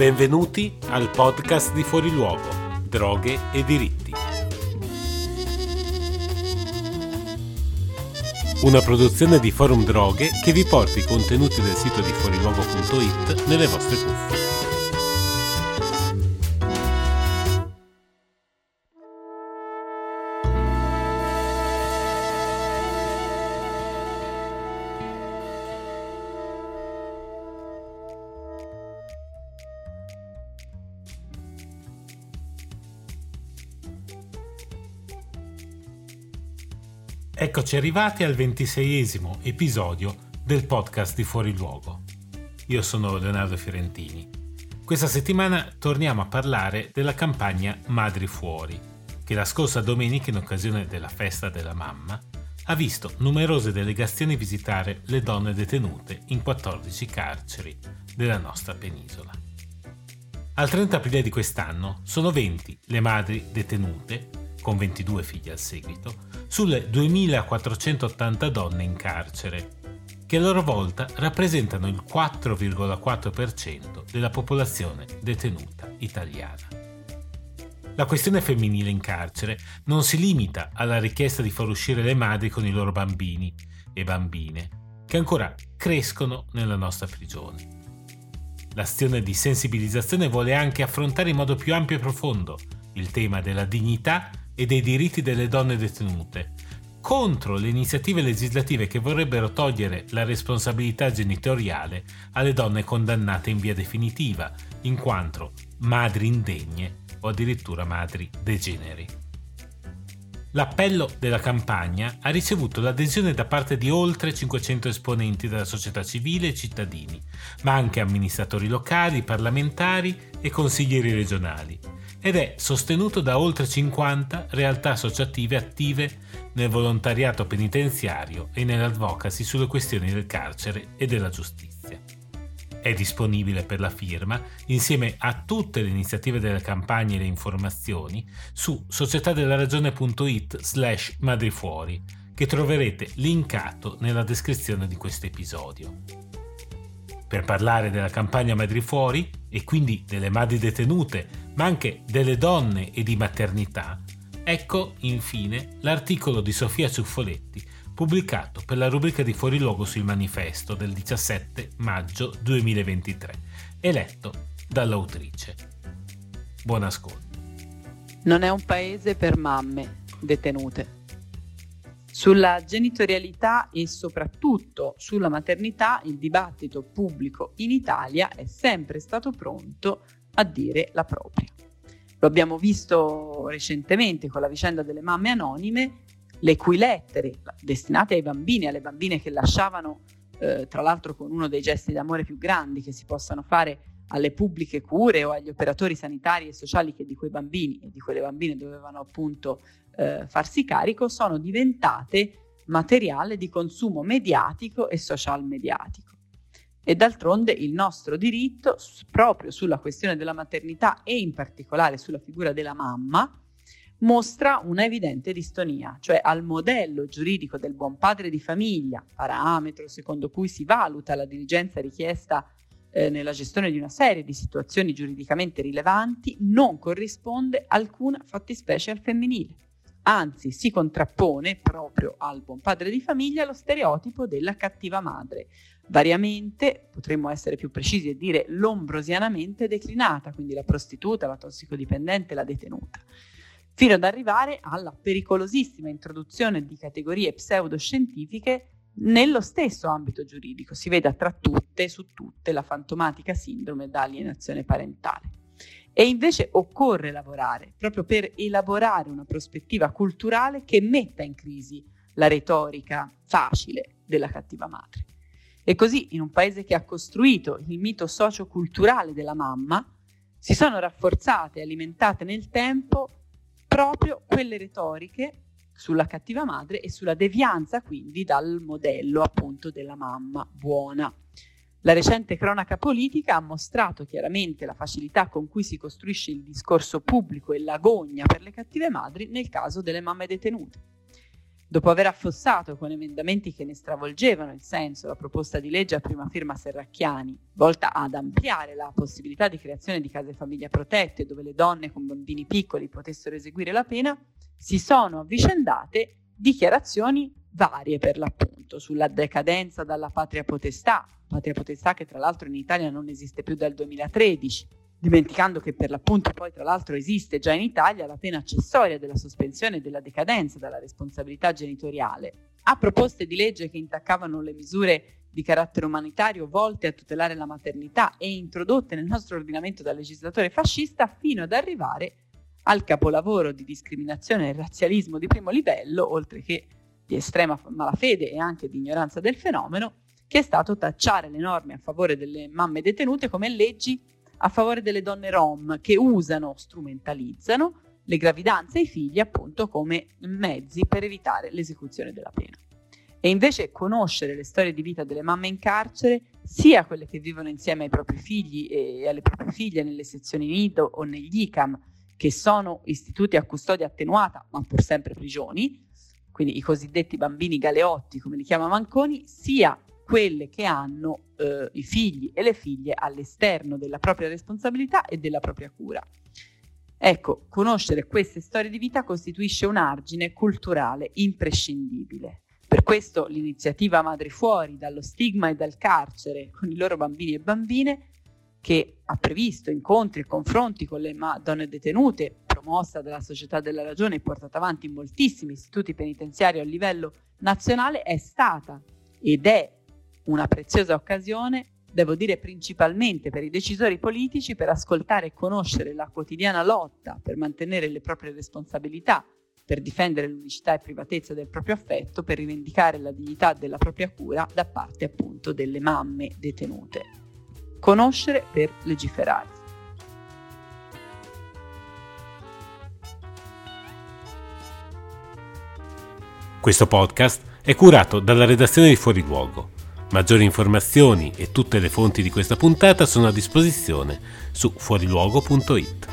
Benvenuti al podcast di Fuori Luogo, Droghe e Diritti. Una produzione di Forum Droghe che vi porta i contenuti del sito di fuoriluogo.it nelle vostre cuffie. Eccoci arrivati al 26esimo episodio del podcast di Fuori Luogo. Io sono Leonardo Fiorentini. Questa settimana torniamo a parlare della campagna Madri Fuori, che la scorsa domenica, in occasione della festa della mamma, ha visto numerose delegazioni visitare le donne detenute in 14 carceri della nostra penisola. Al 30 aprile di quest'anno sono 20 le madri detenute, con 22 figli al seguito, sulle 2.480 donne in carcere, che a loro volta rappresentano il 4,4% della popolazione detenuta italiana. La questione femminile in carcere non si limita alla richiesta di far uscire le madri con i loro bambini e bambine, che ancora crescono nella nostra prigione. L'azione di sensibilizzazione vuole anche affrontare in modo più ampio e profondo il tema della dignità e dei diritti delle donne detenute, contro le iniziative legislative che vorrebbero togliere la responsabilità genitoriale alle donne condannate in via definitiva, in quanto madri indegne o addirittura madri degeneri. L'appello della campagna ha ricevuto l'adesione da parte di oltre 500 esponenti della società civile e cittadini, ma anche amministratori locali, parlamentari e consiglieri regionali, ed è sostenuto da oltre 50 realtà associative attive nel volontariato penitenziario e nell'advocacy sulle questioni del carcere e della giustizia. È disponibile per la firma, insieme a tutte le iniziative delle campagne e le informazioni, su societadelaragione.it/madrifuori, che troverete linkato nella descrizione di questo episodio. Per parlare della campagna Madri Fuori, e quindi delle madri detenute, ma anche delle donne e di maternità, ecco infine l'articolo di Sofia Ciuffoletti, pubblicato per la rubrica di Fuori Luogo sul Manifesto del 17 maggio 2023, e letto dall'autrice. Buon ascolto. Non è un paese per mamme detenute. Sulla genitorialità e soprattutto sulla maternità il dibattito pubblico in Italia è sempre stato pronto a dire la propria. Lo abbiamo visto recentemente con la vicenda delle mamme anonime, le cui lettere destinate ai bambini e alle bambine che lasciavano, tra l'altro con uno dei gesti d'amore più grandi che si possano fare alle pubbliche cure o agli operatori sanitari e sociali che di quei bambini e di quelle bambine dovevano appunto farsi carico, sono diventate materiale di consumo mediatico e social mediatico. E d'altronde il nostro diritto, proprio sulla questione della maternità e in particolare sulla figura della mamma, mostra una evidente distonia, cioè al modello giuridico del buon padre di famiglia, parametro secondo cui si valuta la diligenza richiesta nella gestione di una serie di situazioni giuridicamente rilevanti, non corrisponde alcuna fattispecie al femminile. Anzi, si contrappone proprio al buon padre di famiglia lo stereotipo della cattiva madre, variamente, potremmo essere più precisi e dire lombrosianamente declinata, quindi la prostituta, la tossicodipendente, la detenuta, fino ad arrivare alla pericolosissima introduzione di categorie pseudoscientifiche nello stesso ambito giuridico. Si veda tra tutte, su tutte, la fantomatica sindrome da alienazione parentale. E invece occorre lavorare proprio per elaborare una prospettiva culturale che metta in crisi la retorica facile della cattiva madre. E così, in un paese che ha costruito il mito socioculturale della mamma, si sono rafforzate e alimentate nel tempo proprio quelle retoriche sulla cattiva madre e sulla devianza quindi dal modello appunto della mamma buona. La recente cronaca politica ha mostrato chiaramente la facilità con cui si costruisce il discorso pubblico e l'agonia per le cattive madri nel caso delle mamme detenute. Dopo aver affossato con emendamenti che ne stravolgevano il senso la proposta di legge a prima firma Serracchiani, volta ad ampliare la possibilità di creazione di case famiglia protette dove le donne con bambini piccoli potessero eseguire la pena, si sono avvicendate dichiarazioni varie per l'appunto sulla decadenza dalla patria potestà che tra l'altro in Italia non esiste più dal 2013, dimenticando che per l'appunto poi tra l'altro esiste già in Italia la pena accessoria della sospensione e della decadenza dalla responsabilità genitoriale, a proposte di legge che intaccavano le misure di carattere umanitario volte a tutelare la maternità e introdotte nel nostro ordinamento dal legislatore fascista, fino ad arrivare al capolavoro di discriminazione e razzialismo di primo livello, oltre che di estrema malafede e anche di ignoranza del fenomeno, che è stato tacciare le norme a favore delle mamme detenute come leggi a favore delle donne rom, che strumentalizzano le gravidanze e i figli appunto come mezzi per evitare l'esecuzione della pena. E invece conoscere le storie di vita delle mamme in carcere, sia quelle che vivono insieme ai propri figli e alle proprie figlie nelle sezioni nido o negli ICAM, che sono istituti a custodia attenuata ma pur sempre prigioni, quindi i cosiddetti bambini galeotti come li chiama Manconi, sia quelle che hanno i figli e le figlie all'esterno della propria responsabilità e della propria cura. Ecco, conoscere queste storie di vita costituisce un argine culturale imprescindibile. Per questo l'iniziativa Madri Fuori dallo stigma e dal carcere con i loro bambini e bambine, che ha previsto incontri e confronti con le donne detenute, promossa dalla Società della Ragione e portata avanti in moltissimi istituti penitenziari a livello nazionale, è stata ed è una preziosa occasione, devo dire principalmente per i decisori politici, per ascoltare e conoscere la quotidiana lotta per mantenere le proprie responsabilità, per difendere l'unicità e privatezza del proprio affetto, per rivendicare la dignità della propria cura da parte appunto delle mamme detenute. Conoscere per legiferare. Questo podcast è curato dalla redazione di Fuori Luogo. Maggiori informazioni e tutte le fonti di questa puntata sono a disposizione su fuoriluogo.it.